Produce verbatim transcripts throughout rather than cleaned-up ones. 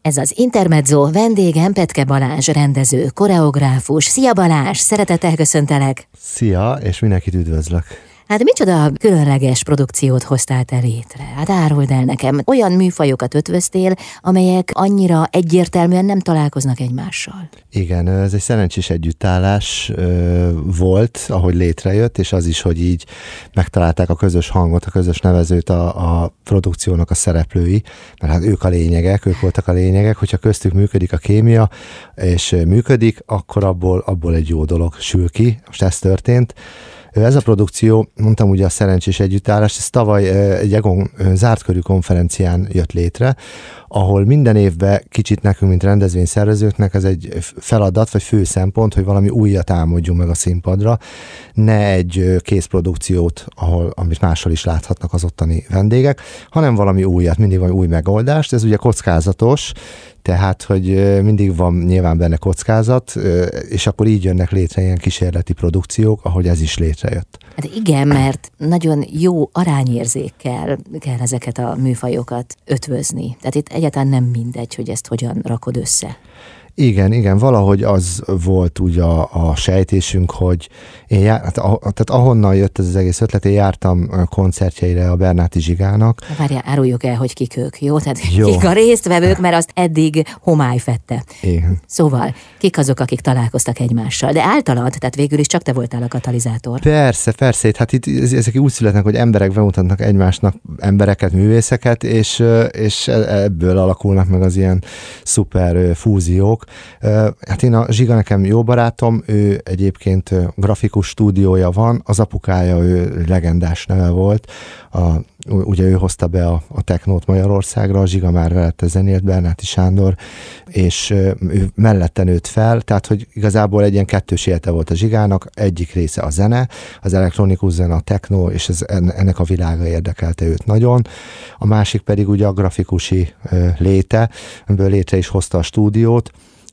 Ez az Intermezzo, vendégem Petke Balázs, rendező, koreográfus. Szia Balázs, szeretettel köszöntelek! Szia, és mindenkit üdvözlök! Hát micsoda különleges produkciót hoztál te létre? Hát áruld el nekem, olyan műfajokat ötvöztél, amelyek annyira egyértelműen nem találkoznak egymással. Igen, ez egy szerencsés együttállás ö, volt, ahogy létrejött, és az is, hogy így megtalálták a közös hangot, a közös nevezőt a, a produkciónak a szereplői, mert hát ők a lényegek, ők voltak a lényegek, hogyha köztük működik a kémia, és működik, akkor abból, abból egy jó dolog sül ki, most ez történt. Ez a produkció, mondtam ugye a szerencsés együttállás, ez tavaly egy EGON zártkörű konferencián jött létre, ahol minden évben kicsit nekünk, mint rendezvényszervezőknek ez egy feladat, vagy fő szempont, hogy valami újat álmodjunk meg a színpadra, ne egy készprodukciót, ahol, amit máshol is láthatnak az ottani vendégek, hanem valami újat, mindig valami új megoldást. Ez ugye kockázatos, tehát, hogy mindig van nyilván benne kockázat, és akkor így jönnek létre ilyen kísérleti produkciók, ahogy ez is létrejött. Hát igen, mert nagyon jó arányérzékkel kell ezeket a műfajokat ötvözni. Tehát itt egyáltalán nem mindegy, hogy ezt hogyan rakod össze. Igen, igen, valahogy az volt úgy a, a sejtésünk, hogy én jár, hát, a, tehát ahonnan jött ez az egész ötlet, én jártam koncertjeire a Bernáti Zsigának. Várjál, áruljuk el, hogy kik ők, jó? Tehát jó. Kik a résztvevők, mert azt eddig homály fette. Igen. Szóval, kik azok, akik találkoztak egymással? De általad, tehát végül is csak te voltál a katalizátor. Persze, persze, hát itt ezek úgy születnek, hogy emberek bemutatnak egymásnak embereket, művészeket, és, és ebből alakulnak meg az ilyen szuper fúziók. Hát én a Zsiga nekem jó barátom, ő egyébként grafikus stúdiója van, az apukája, ő legendás neve volt, a, ugye ő hozta be a, a technót Magyarországra, a Zsiga már velette zenélt, Bernáti Sándor, és ő mellette nőtt fel, tehát hogy igazából egy ilyen kettős élete volt a Zsigának, egyik része a zene, az elektronikus zene, a technó, és ez, ennek a világa érdekelte őt nagyon, a másik pedig ugye a grafikusi léte, amiből létre is hozta a stúdiót,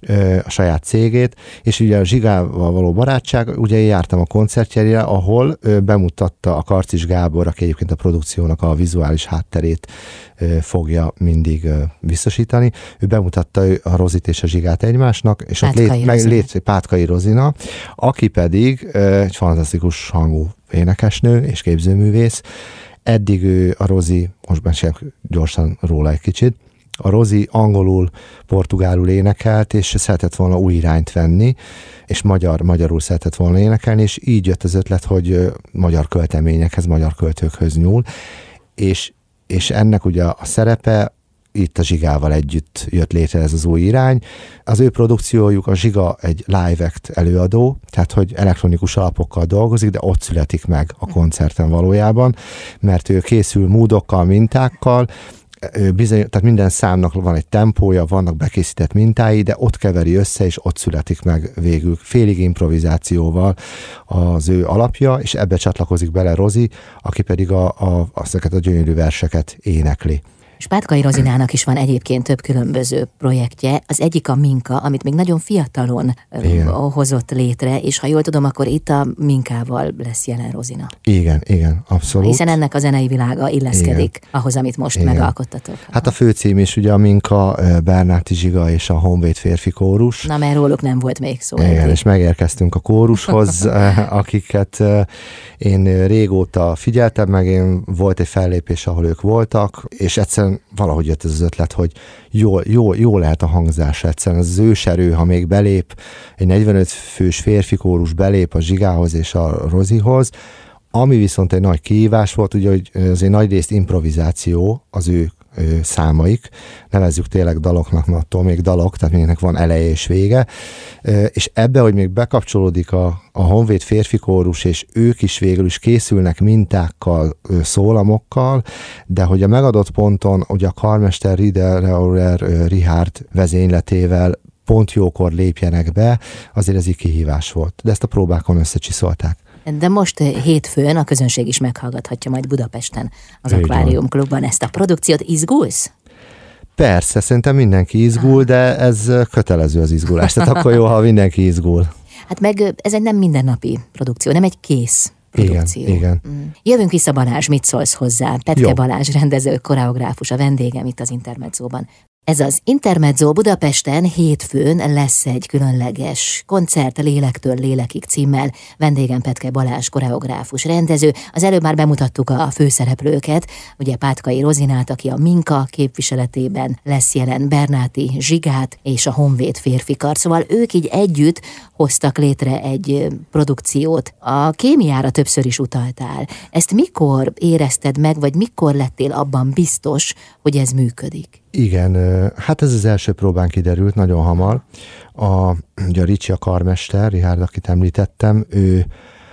a saját cégét, és ugye a Zsigával való barátság, ugye én jártam a koncertjére, ahol bemutatta a Karcis Gábor, aki egyébként a produkciónak a vizuális hátterét fogja mindig biztosítani. Ő bemutatta a Rozit és a Zsigát egymásnak, és Pátkai ott lét, meg, lét, Pátkai Rozina, aki pedig egy fantasztikus hangú énekesnő és képzőművész. Eddig ő a Rozi, most beszélek gyorsan róla egy kicsit, a Rozi angolul, portugálul énekelt, és szeretett volna új irányt venni, és magyar, magyarul szeretett volna énekelni, és így jött az ötlet, hogy magyar költeményekhez, magyar költőkhöz nyúl, és, és ennek ugye a szerepe itt a Zsigával együtt jött létre ez az új irány. Az ő produkciójuk, a Zsiga egy live act előadó, tehát hogy elektronikus alapokkal dolgozik, de ott születik meg a koncerten valójában, mert ő készül módokkal, mintákkal, bizony, tehát minden számnak van egy tempója, vannak bekészített mintái, de ott keveri össze, és ott születik meg végül félig improvizációval az ő alapja, és ebbe csatlakozik bele Rozi, aki pedig a, a, ezeket a gyönyörű verseket énekli. És Pátkai Rozinának is van egyébként több különböző projektje. Az egyik a Minka, amit még nagyon fiatalon igen. hozott létre, és ha jól tudom, akkor itt a Minkával lesz jelen Rozina. Igen, igen, abszolút. Hiszen ennek a zenei világa illeszkedik igen. ahhoz, amit most igen. megalkottatok. Hát a főcím is ugye a Minka, Bernáti Zsiga és a Honvéd férfi kórus. Na, mert róluk nem volt még szó. Igen, eddig. És megérkeztünk a kórushoz, akiket én régóta figyeltem, meg én volt egy fellépés, ahol ők voltak, és egyszerűen valahogy jött ez az ötlet, hogy jó, jó, jó lehet a hangzás egyszerűen. Ez az őserő, ha még belép, egy negyvenöt fős férfi kórus belép a Zsigához és a Rozihoz, ami viszont egy nagy kihívás volt, ugye, hogy azért nagy részt improvizáció az ő számaik, nevezzük tényleg daloknak, mert attól még dalok, tehát mindennek van eleje és vége, és ebbe, hogy még bekapcsolódik a, a Honvéd férfi kórus, és ők is végül is készülnek mintákkal, szólamokkal, de hogy a megadott ponton, ugye a karmester Rieder Richard vezényletével pont jókor lépjenek be, azért ez így kihívás volt. De ezt a próbákon összecsiszolták. De most hétfőn a közönség is meghallgathatja majd Budapesten az Így Akvárium van. Klubban ezt a produkciót. Izgulsz? Persze, szerintem mindenki izgul, de ez kötelező az izgulás. Tehát akkor jó, ha mindenki izgul. Hát meg ez egy nem mindennapi produkció, nem egy kész produkció. Igen, igen. Jövünk vissza, Balázs, mit szólsz hozzá? Petke Jó. Balázs, rendező, koreográfus, a vendégem itt az Intermezzóban. Ez az Intermezzo Budapesten hétfőn lesz egy különleges koncert Lélektől lélekig címmel. Vendégem Petke Balázs, koreográfus, rendező. Az előbb már bemutattuk a főszereplőket, ugye Pátkai Rozinát, aki a Minka képviseletében lesz jelen, Bernáti Zsigát és a Honvéd férfikart. Szóval ők így együtt hoztak létre egy produkciót. A kémiára többször is utaltál. Ezt mikor érezted meg, vagy mikor lettél abban biztos, hogy ez működik? Igen, hát ez az első próbán kiderült nagyon hamar. A, ugye a Ricsi, a karmester, Richard, akit említettem, ő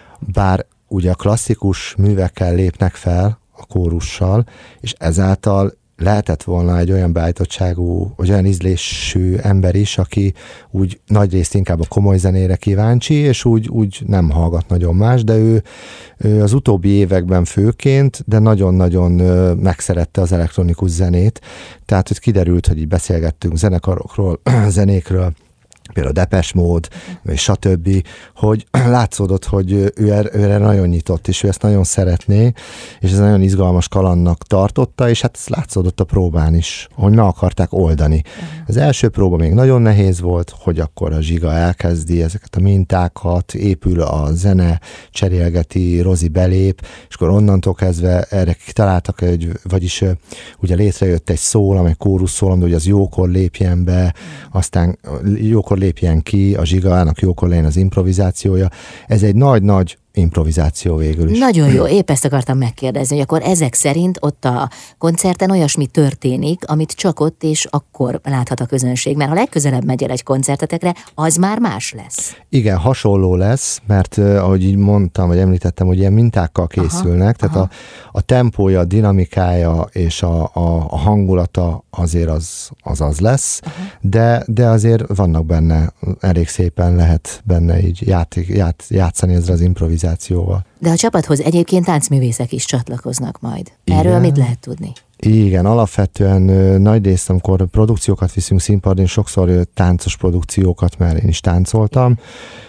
bár ugye a klasszikus művekkel lépnek fel, a kórussal, és ezáltal lehetett volna egy olyan beállítottságú, vagy olyan ízlésű ember is, aki úgy nagyrészt inkább a komoly zenére kíváncsi, és úgy, úgy nem hallgat nagyon más, de ő, ő az utóbbi években főként, de nagyon-nagyon megszerette az elektronikus zenét, tehát hogy kiderült, hogy így beszélgettünk zenekarokról, zenékről, például Depeche Mode, és stb., hogy látszódott, hogy ő erre nagyon nyitott, és ő ezt nagyon szeretné, és ez nagyon izgalmas kalandnak tartotta, és hát ez látszódott a próbán is, hogy meg akarták oldani. Uh-huh. Az első próba még nagyon nehéz volt, hogy akkor a Zsiga elkezdi ezeket a mintákat, épül a zene, cserélgeti, Rozi belép, és akkor onnantól kezdve erre kitaláltak, hogy, vagyis ugye létrejött egy szól, amely kórus szól, hogy az jókor lépjen be, aztán jókor lépjen ki, a Zsigának jókor legyen az improvizációja. Ez egy nagy-nagy improvizáció végül is. Nagyon jó, épp ezt akartam megkérdezni, hogy akkor ezek szerint ott a koncerten olyasmi történik, amit csak ott és akkor láthat a közönség, mert ha legközelebb megy el egy koncertetekre, az már más lesz. Igen, hasonló lesz, mert ahogy így mondtam, vagy említettem, hogy ilyen mintákkal készülnek, aha, tehát aha. A, a tempója, a dinamikája és a, a, a hangulata azért az az, az lesz, de, de azért vannak benne, elég szépen lehet benne így játék, ját, játszani ezzel az improvizációval. De a csapathoz egyébként táncművészek is csatlakoznak majd. Erről igen. Mit lehet tudni? Igen, alapvetően nagy részt, amikor produkciókat viszünk színpadon, sokszor táncos produkciókat, mert én is táncoltam,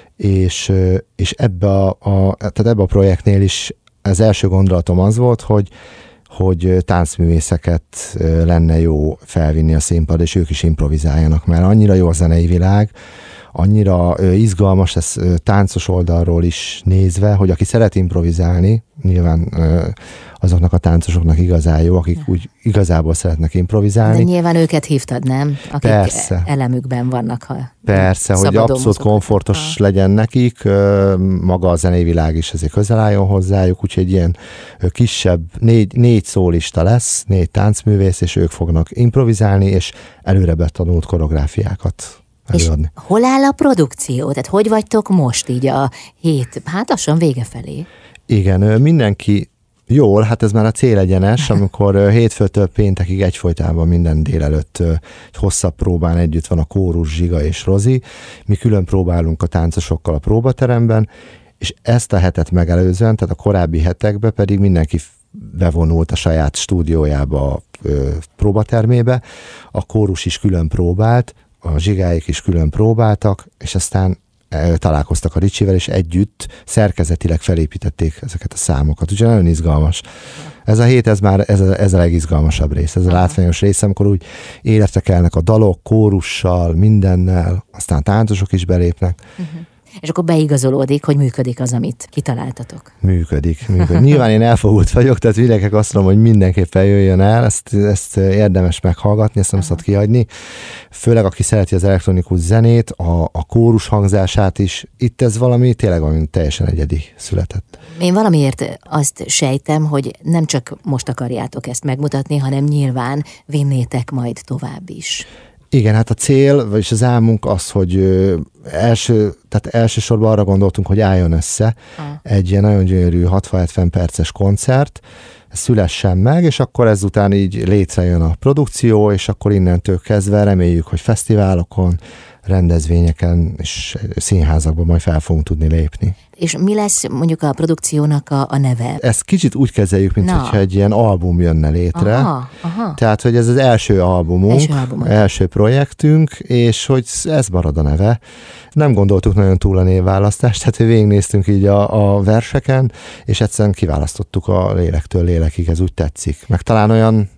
és, és ebbe, a, a, tehát ebbe a projektnél is az első gondolatom az volt, hogy hogy táncművészeket lenne jó felvinni a színpad, és ők is improvizáljanak, mert annyira jó a zenei világ, annyira izgalmas ez táncos oldalról is nézve, hogy aki szeret improvizálni, nyilván azoknak a táncosoknak igazán jó, akik úgy igazából szeretnek improvizálni. De nyilván őket hívtad, nem? Akik persze. elemükben vannak, ha persze, hogy abszolút mozog. Komfortos ha. legyen nekik, maga a zenei világ is ezért közel álljon hozzájuk, úgyhogy ilyen kisebb, négy, négy szólista lesz, négy táncművész, és ők fognak improvizálni, és előre betanult koreográfiákat előadni. És hol áll a produkció? Tehát hogy vagytok most így a hét, hát lassan vége felé? Igen, mindenki jól, hát ez már a célegyenes, amikor hétfőtől péntekig egyfolytában minden délelőtt egy hosszabb próbán együtt van a kórus, Zsiga és Rozi. Mi külön próbálunk a táncosokkal a próbateremben, és ezt a hetet megelőzően, tehát a korábbi hetekben pedig mindenki bevonult a saját stúdiójába, a próbatermébe, a kórus is külön próbált, a Zsigáik is külön próbáltak, és aztán találkoztak a Ricsivel, és együtt szerkezetileg felépítették ezeket a számokat. Úgyhogy nagyon izgalmas. Ez a hét, ez már ez a, ez a legizgalmasabb rész. Ez a látványos rész, amikor úgy életre kelnek a dalok, kórussal, mindennel, aztán táncosok is belépnek. Uh-huh. És akkor beigazolódik, hogy működik az, amit kitaláltatok. Működik, működik. Nyilván én elfogult vagyok, tehát mindenkinek azt mondom, hogy mindenképpen jöjjön el, ezt, ezt érdemes meghallgatni, ezt nem szabad kihagyni. Főleg, aki szereti az elektronikus zenét, a, a kórus hangzását is. Itt ez valami tényleg valami teljesen egyedi született. Én valamiért azt sejtem, hogy nem csak most akarjátok ezt megmutatni, hanem nyilván vinnétek majd tovább is. Igen, hát a cél, vagyis az álmunk az, hogy ö, első, tehát elsősorban arra gondoltunk, hogy álljon össze ha. egy ilyen nagyon gyönyörű hatvan-hetven perces koncert, szülessen meg, és akkor ezután így létrejön a produkció, és akkor innentől kezdve reméljük, hogy fesztiválokon, rendezvényeken és színházakban majd fel fogunk tudni lépni. És mi lesz mondjuk a produkciónak a, a neve? Ezt kicsit úgy kezeljük, mint hogyha egy ilyen album jönne létre. Aha, aha. Tehát, hogy ez az első albumunk, első, albumunk. első projektünk, és hogy ez marad a neve. Nem gondoltuk nagyon túl a névválasztást, tehát hogy végignéztünk így a, a verseken, és egyszerűen kiválasztottuk a Lélektől lélekig, ez úgy tetszik. Meg talán olyan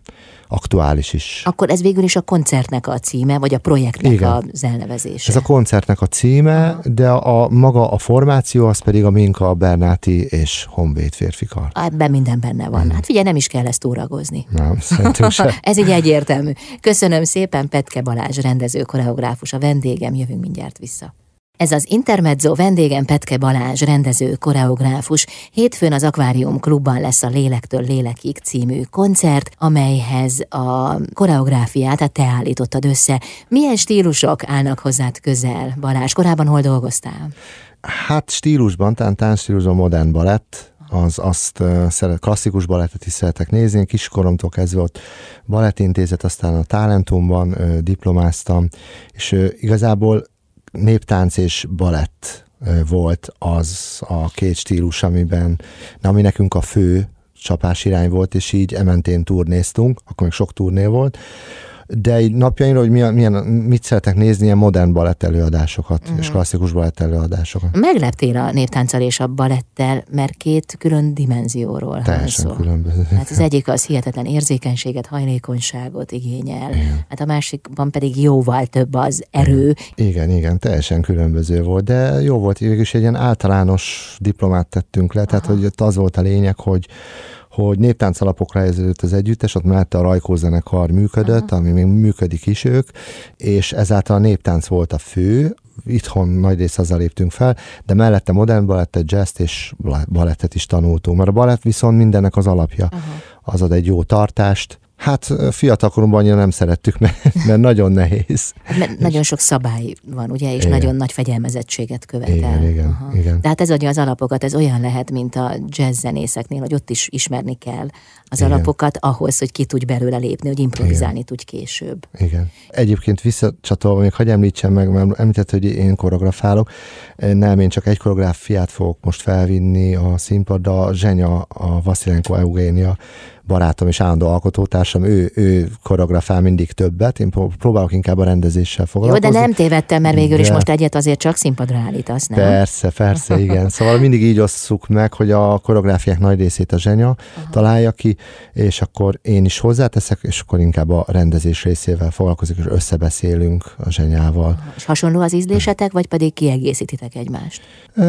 aktuális is. Akkor ez végül is a koncertnek a címe, vagy a projektnek Igen. az elnevezése? Ez a koncertnek a címe, Aha. de a, a maga a formáció az pedig a Minka, Bernáti és Honvéd férfikar. Ebben minden benne van. Hmm. Hát figyelj, nem is kell ezt óragozni. Nem, szerintem sem. Ez így egyértelmű. Köszönöm szépen, Petke Balázs, rendező, koreográfus, a vendégem, jövünk mindjárt vissza. Ez az Intermezzo, vendégem Petke Balázs, rendező, koreográfus. Hétfőn az Akvárium Klubban lesz a Lélektől Lélekig című koncert, amelyhez a koreográfiát hát te állítottad össze. Milyen stílusok állnak hozzád közel, Balázs? Korábban hol dolgoztál? Hát stílusban, talán táncstílusban modern balett, az azt uh, szeret, klasszikus balettet is szeretek nézni. Én kiskoromtól kezdve ott balettintézet, aztán a Talentumban uh, diplomáztam, és uh, igazából néptánc és balett volt az a két stílus, amiben, ami nekünk a fő csapás irány volt, és így ementén turnéztunk, akkor még sok turné volt, de így napjainkra, hogy milyen, milyen, mit szeretek nézni, ilyen modern balett előadásokat, uh-huh. és klasszikus balett előadásokat. Megleptél a néptánccal és a balettel, mert két külön dimenzióról Teljesen szó. különböző. Hát az egyik az hihetetlen érzékenységet, hajlékonyságot igényel, igen. hát a másikban pedig jóval több az erő. Igen, igen, teljesen különböző volt, de jó volt, végülis egy ilyen általános diplomát tettünk le, Aha. tehát hogy az volt a lényeg, hogy hogy néptánc alapokra helyeződött az együttes, ott mellette a Rajkó zenekar működött, Aha. ami még működik is ők, és ezáltal a néptánc volt a fő, itthon nagy rész azzal léptünk fel, de mellette modern balettet, jazzt és balettet is tanultunk, mert a balett viszont mindennek az alapja. Aha. Az ad egy jó tartást. Hát fiatalkoromban annyira nem szerettük, mert, mert nagyon nehéz. Hát, nagyon sok szabály van, ugye, és igen. nagyon nagy fegyelmezettséget követel. Igen, igen, igen. De hát ez adja az alapokat, ez olyan lehet, mint a jazz zenészeknél, hogy ott is ismerni kell az igen. alapokat ahhoz, hogy ki tudj belőle lépni, hogy improvizálni igen. tudj később. Igen. Egyébként visszacsatolva, még hagyj említsem meg, mert említett, hogy én koreografálok. Nem, én csak egy koreográfiát fogok most felvinni a színpadra. A Zsenya, a Vasszilenko Eugénia barátom és állandó alkotótársam, ő, ő koreografál mindig többet, én próbálok inkább a rendezéssel foglalkozni. Jó, de nem tévedtem, mert végül de... is most egyet azért csak színpadra állítasz, nem? Persze, persze, igen. Szóval mindig így osszuk meg, hogy a koreográfiák nagy részét a Zsenya Aha. találja ki, és akkor én is hozzáteszek, és akkor inkább a rendezés részével foglalkozik, és összebeszélünk a Zsenyával. Aha. És hasonló az ízlésetek, vagy pedig kiegészítitek egymást?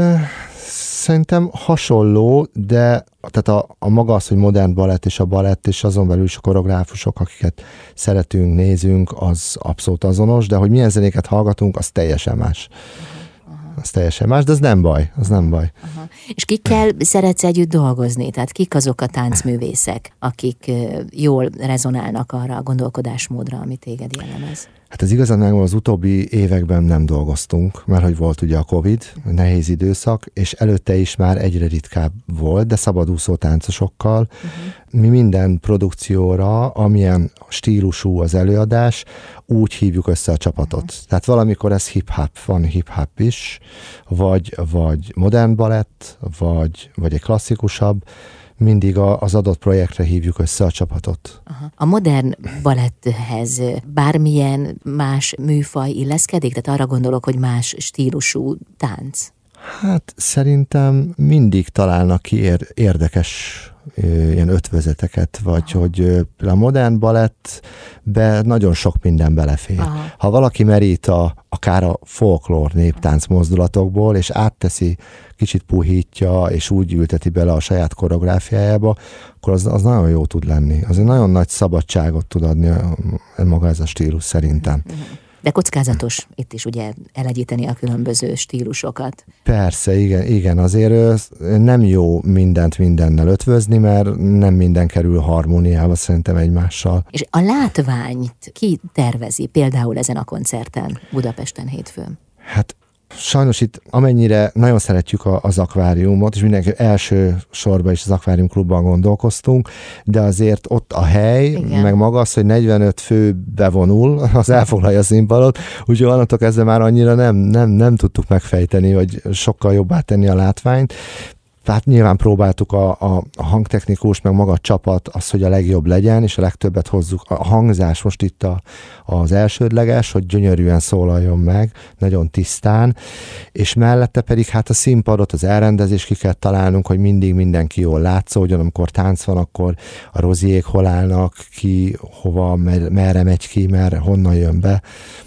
Szerintem hasonló, de tehát a, a maga az, hogy modern balett és a balett, és azon belül is a koreográfusok, akiket szeretünk, nézünk, az abszolút azonos, de hogy milyen zenéket hallgatunk, az teljesen más. Aha. Az teljesen más, de az nem baj, az nem baj. Aha. És kikkel szeretsz együtt dolgozni? Tehát kik azok a táncművészek, akik jól rezonálnak arra a gondolkodásmódra, ami téged jellemez? Hát ez igazán az utóbbi években nem dolgoztunk, mert hogy volt ugye a Covid, nehéz időszak, és előtte is már egyre ritkább volt, de szabadúszó táncosokkal. Uh-huh. Mi minden produkcióra, amilyen stílusú az előadás, úgy hívjuk össze a csapatot. Uh-huh. Tehát valamikor ez hip-hop, van hip-hop is, vagy, vagy modern balett, vagy, vagy egy klasszikusabb, mindig az adott projektre hívjuk össze a csapatot. Aha. A modern baletthez bármilyen más műfaj illeszkedik? Tehát arra gondolok, hogy más stílusú tánc. Hát szerintem mindig találnak ki érdekes ilyen ötvözeteket, vagy Aha. hogy a modern balettbe nagyon sok minden belefér. Aha. Ha valaki merít a, akár a folklór néptánc mozdulatokból, és átteszi, kicsit puhítja, és úgy ülteti bele a saját koreográfiájába, akkor az, az nagyon jó tud lenni. Az egy nagyon nagy szabadságot tud adni maga ez a stílus szerintem. De kockázatos itt is ugye elegyíteni a különböző stílusokat. Persze, igen, igen. Azért nem jó mindent mindennel ötvözni, mert nem minden kerül harmóniába szerintem egymással. És a látványt ki tervezi például ezen a koncerten Budapesten hétfőn? Hát sajnos itt amennyire nagyon szeretjük az akváriumot, és mindenki első sorban is az Akvárium Klubban gondolkoztunk, de azért ott a hely, igen. meg maga az, hogy negyvenöt fő bevonul, az elfoglalja a színpadot, úgyhogy onnantól kezdve már annyira nem, nem, nem tudtuk megfejteni, vagy sokkal jobbá tenni a látványt. Hát nyilván próbáltuk a, a, a hangtechnikus, meg maga a csapat az, hogy a legjobb legyen, és a legtöbbet hozzuk. A hangzás most itt a, az elsődleges, hogy gyönyörűen szólaljon meg, nagyon tisztán, és mellette pedig hát a színpadot, az elrendezést ki kell találnunk, hogy mindig mindenki jól látszódjon, amikor tánc van, akkor a Roziék hol állnak, ki hova, merre megy ki, merre, honnan jön be.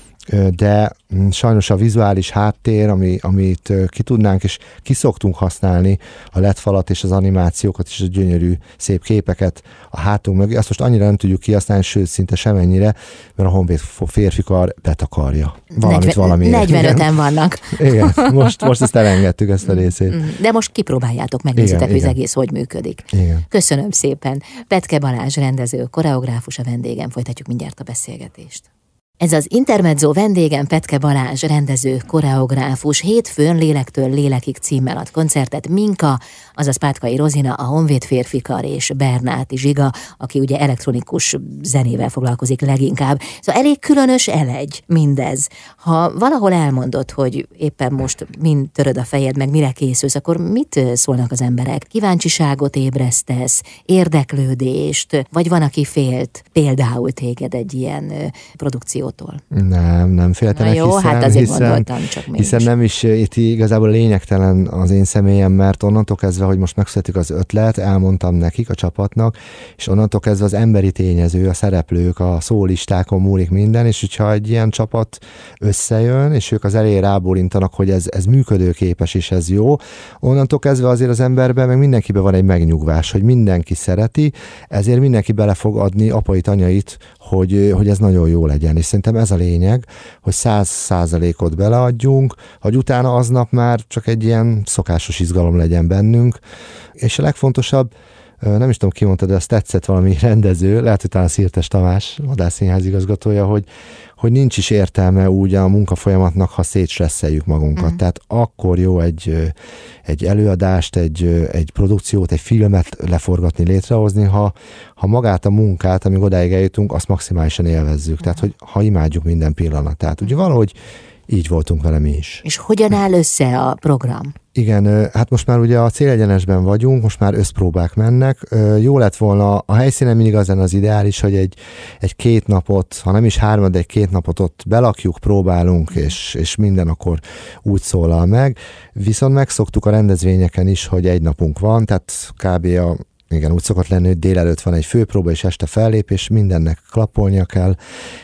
De sajnos a vizuális háttér, ami, amit ki tudnánk, és ki szoktunk használni a led falat és az animációkat és a gyönyörű szép képeket a hátunk mögé, azt most annyira nem tudjuk kihasználni, sőt szinte semennyire, mert a Honvéd férfikar betakarja. Valamit valamiért. negyvenöten vannak. Igen, most, most ezt elengedtük, ezt a részét. De most kipróbáljátok, megnézitek, hogy az egész hogy működik. Igen. Köszönöm szépen. Petke Balázs rendező, koreográfus a vendégem, folytatjuk mindjárt a beszélgetést. Ez az Intermezzo, vendégem Petke Balázs, rendező, koreográfus, hétfőn Lélektől lélekig címmel ad koncertet Minka, azaz Pátkai Rozina, a Honvéd férfikar és Bernáti Zsiga, aki ugye elektronikus zenével foglalkozik leginkább. Szóval elég különös elegy mindez. Ha valahol elmondod, hogy éppen most mind töröd a fejed, meg mire készülsz, akkor mit szólnak az emberek? Kíváncsiságot ébresztesz, érdeklődést, vagy van, aki félt például téged egy ilyen produkció? Nem, nem féltenek, Na jó, hiszen, hát azért hiszen, gondoltam, csak mégis. Hiszen nem is, itt igazából lényegtelen az én személyem, mert onnantól kezdve, hogy most megszületik az ötlet, elmondtam nekik, a csapatnak, és onnantól kezdve az emberi tényező, a szereplők, a szólistákon múlik minden, és hogyha egy ilyen csapat összejön, és ők az elé rábólintanak, hogy ez, ez működőképes, és ez jó, onnantól kezdve azért az emberben, meg mindenkiben van egy megnyugvás, hogy mindenki szereti, ezért mindenki bele fog adni apait, anyait, hogy, hogy ez nagyon jó legyen. És szerintem ez a lényeg, hogy száz százalékot beleadjunk, hogy utána aznap már csak egy ilyen szokásos izgalom legyen bennünk. És a legfontosabb, nem is tudom, ki mondta, de azt tetszett valami rendező, lehet, hogy talán Szirtes Tamás, Vadászszínház igazgatója, hogy, hogy nincs is értelme úgy a munkafolyamatnak, ha szétstresszeljük magunkat. Mm. Tehát akkor jó egy, egy előadást, egy, egy produkciót, egy filmet leforgatni, létrehozni, ha, ha magát a munkát, amíg odáig eljutunk, azt maximálisan élvezzük. Mm. Tehát, hogy ha imádjuk minden pillanatát. Ugye valahogy így voltunk vele mi is. És hogyan áll össze a program? Igen, hát most már ugye a célegyenesben vagyunk, most már összpróbák mennek. Jó lett volna, a helyszínen mindig az az ideális, hogy egy, egy két napot, ha nem is hármat, de egy két napot ott belakjuk, próbálunk, és, és minden akkor úgy szólal meg. Viszont megszoktuk a rendezvényeken is, hogy egy napunk van, tehát kb. A igen, úgy szokott lenni, hogy délelőtt van egy főpróba, és este fellépés, mindennek klappolnia kell.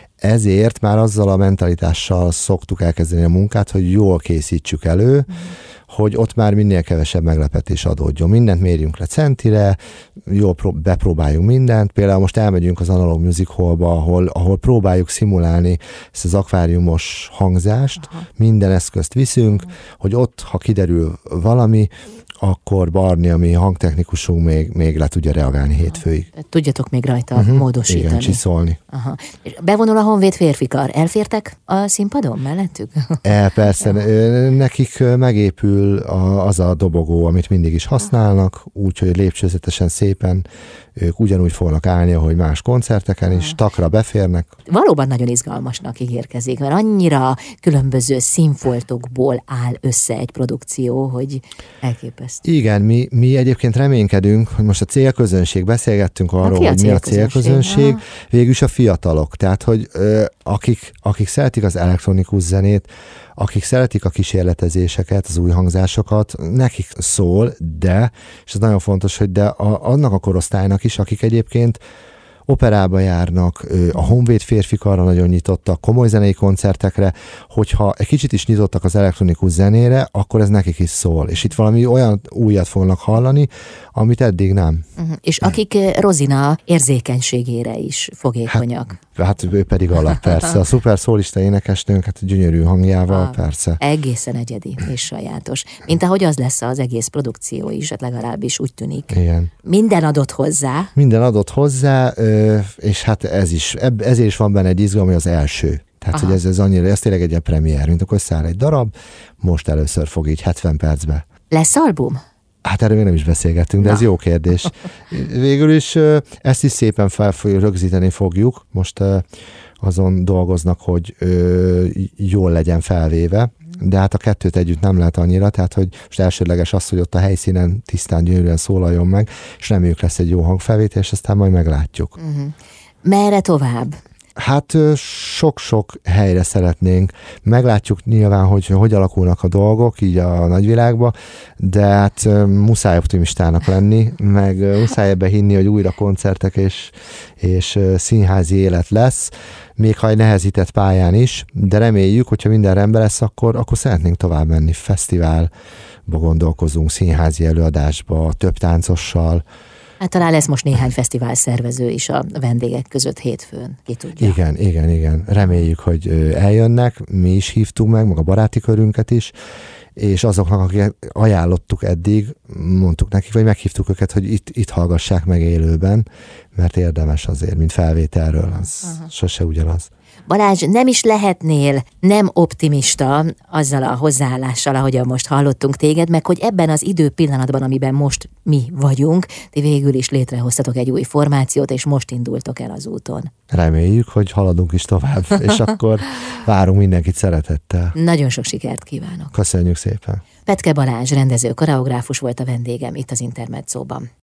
Ezért már azzal a mentalitással szoktuk elkezdeni a munkát, hogy jól készítsük elő, mm. hogy ott már minél kevesebb meglepetés adódjon. Mindent mérjünk le centire, jól prób- bepróbáljunk mindent. Például most elmegyünk az Analog Music Hallba, ahol, ahol próbáljuk szimulálni ezt az akváriumos hangzást, aha. minden eszközt viszünk, aha. hogy ott, ha kiderül valami, akkor Barni, ami hangtechnikusunk még, még le tudja reagálni hétfőig. Tudjatok még rajta uh-huh. módosítani. Igen, csiszolni. Aha. Bevonul a Honvéd férfikar. Elfértek a színpadon mellettük? El, persze. Nekik megépül a, az a dobogó, amit mindig is használnak, úgyhogy lépcsőzetesen szépen ők ugyanúgy fognak állni, ahogy más koncerteken is, takra beférnek. Valóban nagyon izgalmasnak ígérkezik, mert annyira különböző színfoltokból áll össze egy produkció, hogy elképesztő. Igen, mi, mi egyébként reménykedünk, hogy most a célközönség, beszélgettünk arról, hogy mi a célközönség, végül is a fiatalok, tehát hogy ö, akik, akik szeretik az elektronikus zenét, akik szeretik a kísérletezéseket, az új hangzásokat, nekik szól, de, és ez nagyon fontos, hogy de a, annak a korosztálynak is, akik egyébként operába járnak, a Honvéd férfikarra nagyon nyitottak, komoly zenei koncertekre, hogyha egy kicsit is nyitottak az elektronikus zenére, akkor ez nekik is szól. És itt valami olyan újat fognak hallani, amit eddig nem. Uh-huh. És akik Rozina érzékenységére is fogékonyak. Hát, hát ő pedig alap, persze. A szuper szólista énekesnőnk, hát gyönyörű hangjával, ah, persze. Egészen egyedi és sajátos. Mint ahogy az lesz az egész produkció is, hát legalábbis úgy tűnik. Igen. Minden adott hozzá. Minden adott hozzá, és hát ez is, ezért is van benne egy izgalom, hogy az első. Tehát, aha. hogy ez, ez annyira, ez tényleg egy ilyen premier, mint akkor összeáll egy darab, most először fog így hetven percbe. Lesz album? Hát erről még nem is beszélgettünk, de na. Ez jó kérdés. Végül is ezt is szépen fel rögzíteni fogjuk. Most azon dolgoznak, hogy ö, jól legyen felvéve, de hát a kettőt együtt nem lehet annyira, tehát hogy most elsődleges az, hogy ott a helyszínen tisztán, gyönyörűen szólaljon meg, és reméljük lesz egy jó hangfelvétel, és aztán majd meglátjuk. Uh-huh. Merre tovább? Hát sok-sok helyre szeretnénk. Meglátjuk nyilván, hogy hogy alakulnak a dolgok így a nagyvilágban, de hát muszáj optimistának lenni, meg muszáj ebbe hinni, hogy újra koncertek és, és színházi élet lesz, még ha egy nehezített pályán is, de reméljük, hogyha minden rendben lesz, akkor, akkor szeretnénk tovább menni. Fesztiválba gondolkozunk, színházi előadásba, több táncossal. Hát talán lesz most néhány fesztivál szervező is a vendégek között hétfőn, ki tudja. Igen, igen, igen. Reméljük, hogy eljönnek, mi is hívtunk meg, meg a baráti körünket is, és azoknak, akik ajánlottuk eddig, mondtuk nekik, vagy meghívtuk őket, hogy itt, itt hallgassák meg élőben, mert érdemes azért, mint felvételről, az Aha. sose ugyanaz. Balázs, nem is lehetnél nem optimista azzal a hozzáállással, ahogyan most hallottunk téged, meg hogy ebben az időpillanatban, amiben most mi vagyunk, ti végül is létrehoztatok egy új formációt, és most indultok el az úton. Reméljük, hogy haladunk is tovább, és akkor várunk mindenkit szeretettel. Nagyon sok sikert kívánok. Köszönjük szépen. Petke Balázs rendező, koreográfus volt a vendégem itt az Intermedzóban.